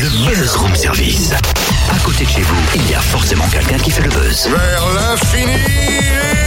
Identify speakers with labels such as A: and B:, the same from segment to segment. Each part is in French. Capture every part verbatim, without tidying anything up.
A: Le Buzz Room Service. À côté de chez vous, il y a forcément quelqu'un qui fait le buzz.
B: Vers l'infini et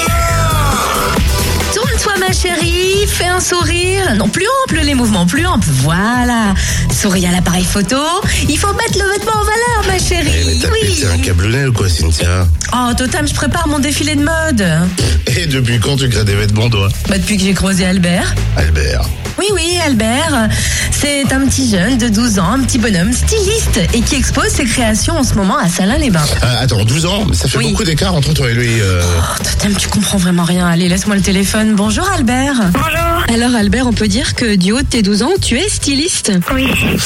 B: au-delà.
C: Tourne-toi ma chérie, fais un sourire. Non, plus ample les mouvements, plus ample. Voilà. Souris à l'appareil photo. Il faut mettre le vêtement en valeur ma chérie.
B: Eh, mais t'as
C: oui.
B: pété un câble ou quoi, Cynthia?
C: Oh Totem, je prépare mon défilé de mode.
B: Et depuis quand tu crées des vêtements, toi?
C: Bah depuis que j'ai croisé Albert.
B: Albert.
C: Oui, oui, Albert, c'est un petit jeune de douze ans, un petit bonhomme styliste et qui expose ses créations en ce moment à Salins-les-Bains.
B: Euh, attends, douze ans, ça fait
C: Oui.
B: beaucoup d'écart entre toi et lui. Euh...
C: Oh, Totem, tu comprends vraiment rien. Allez, laisse-moi le téléphone. Bonjour Albert.
D: Bonjour.
C: Alors Albert, on peut dire que du haut de tes douze ans, tu es styliste.
D: Oui.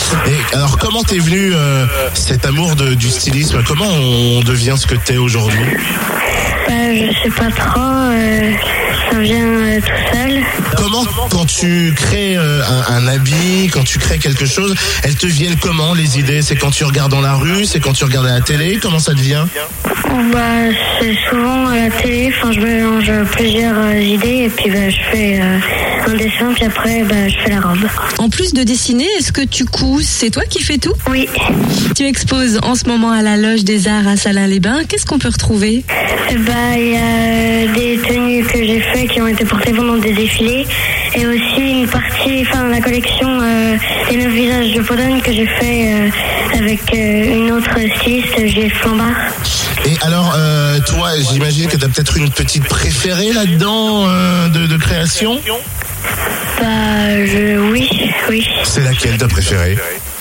B: Et alors, comment t'es venu euh, cet amour de, du stylisme? Comment on devient ce que t'es aujourd'hui?
D: Bah, je sais pas trop. Euh, ça vient euh, tout seul.
B: Comment, quand tu crées euh, un, un habit, quand tu crées quelque chose, elles te viennent comment, les idées? C'est quand tu regardes dans la rue? C'est quand tu regardes à la télé? Comment ça te vient?
D: Bah, c'est souvent à la télé. Enfin, je mélange plusieurs euh, idées et puis bah, je fais euh, un dessin puis après bah, je fais la robe.
C: En plus de dessiner, est-ce que tu couds? C'est toi qui fais tout?
D: Oui.
C: Tu exposes en ce moment à la Loge des Arts à Salins-les-Bains. Qu'est-ce qu'on peut retrouver?
D: Bah, il y a des tenues que j'ai faites qui ont été portées pendant des défilés et aussi une partie, enfin la collection euh, des neuf visages de Podane que j'ai fait euh, avec euh, une autre styliste, Juliette Flambard.
B: Et alors, euh, toi, j'imagine que t'as peut-être une petite préférée là-dedans euh, de, de création?
D: Bah, je, oui, oui.
B: C'est laquelle ta préférée?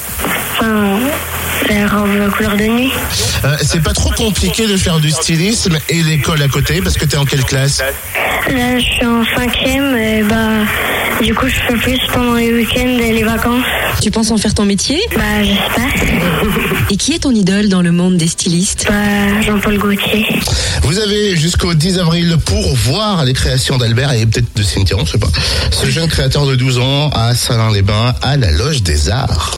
D: Enfin, la robe couleur de nuit.
B: euh, C'est pas trop compliqué de faire du stylisme et l'école à côté, parce que t'es en quelle classe?
D: Là, je suis en cinquième et bah, du coup, je fais plus pendant les week-ends et les vacances.
C: Tu penses en faire ton métier?
D: Bah, j'espère.
C: Et qui est ton idole dans le monde des stylistes?
D: Bah, Jean-Paul Gaultier.
B: Vous avez jusqu'au dix avril pour voir les créations d'Albert et peut-être de Cynthia, on ne sait pas. Ce jeune créateur de douze ans à Salins-les-Bains, à la Loge des Arts.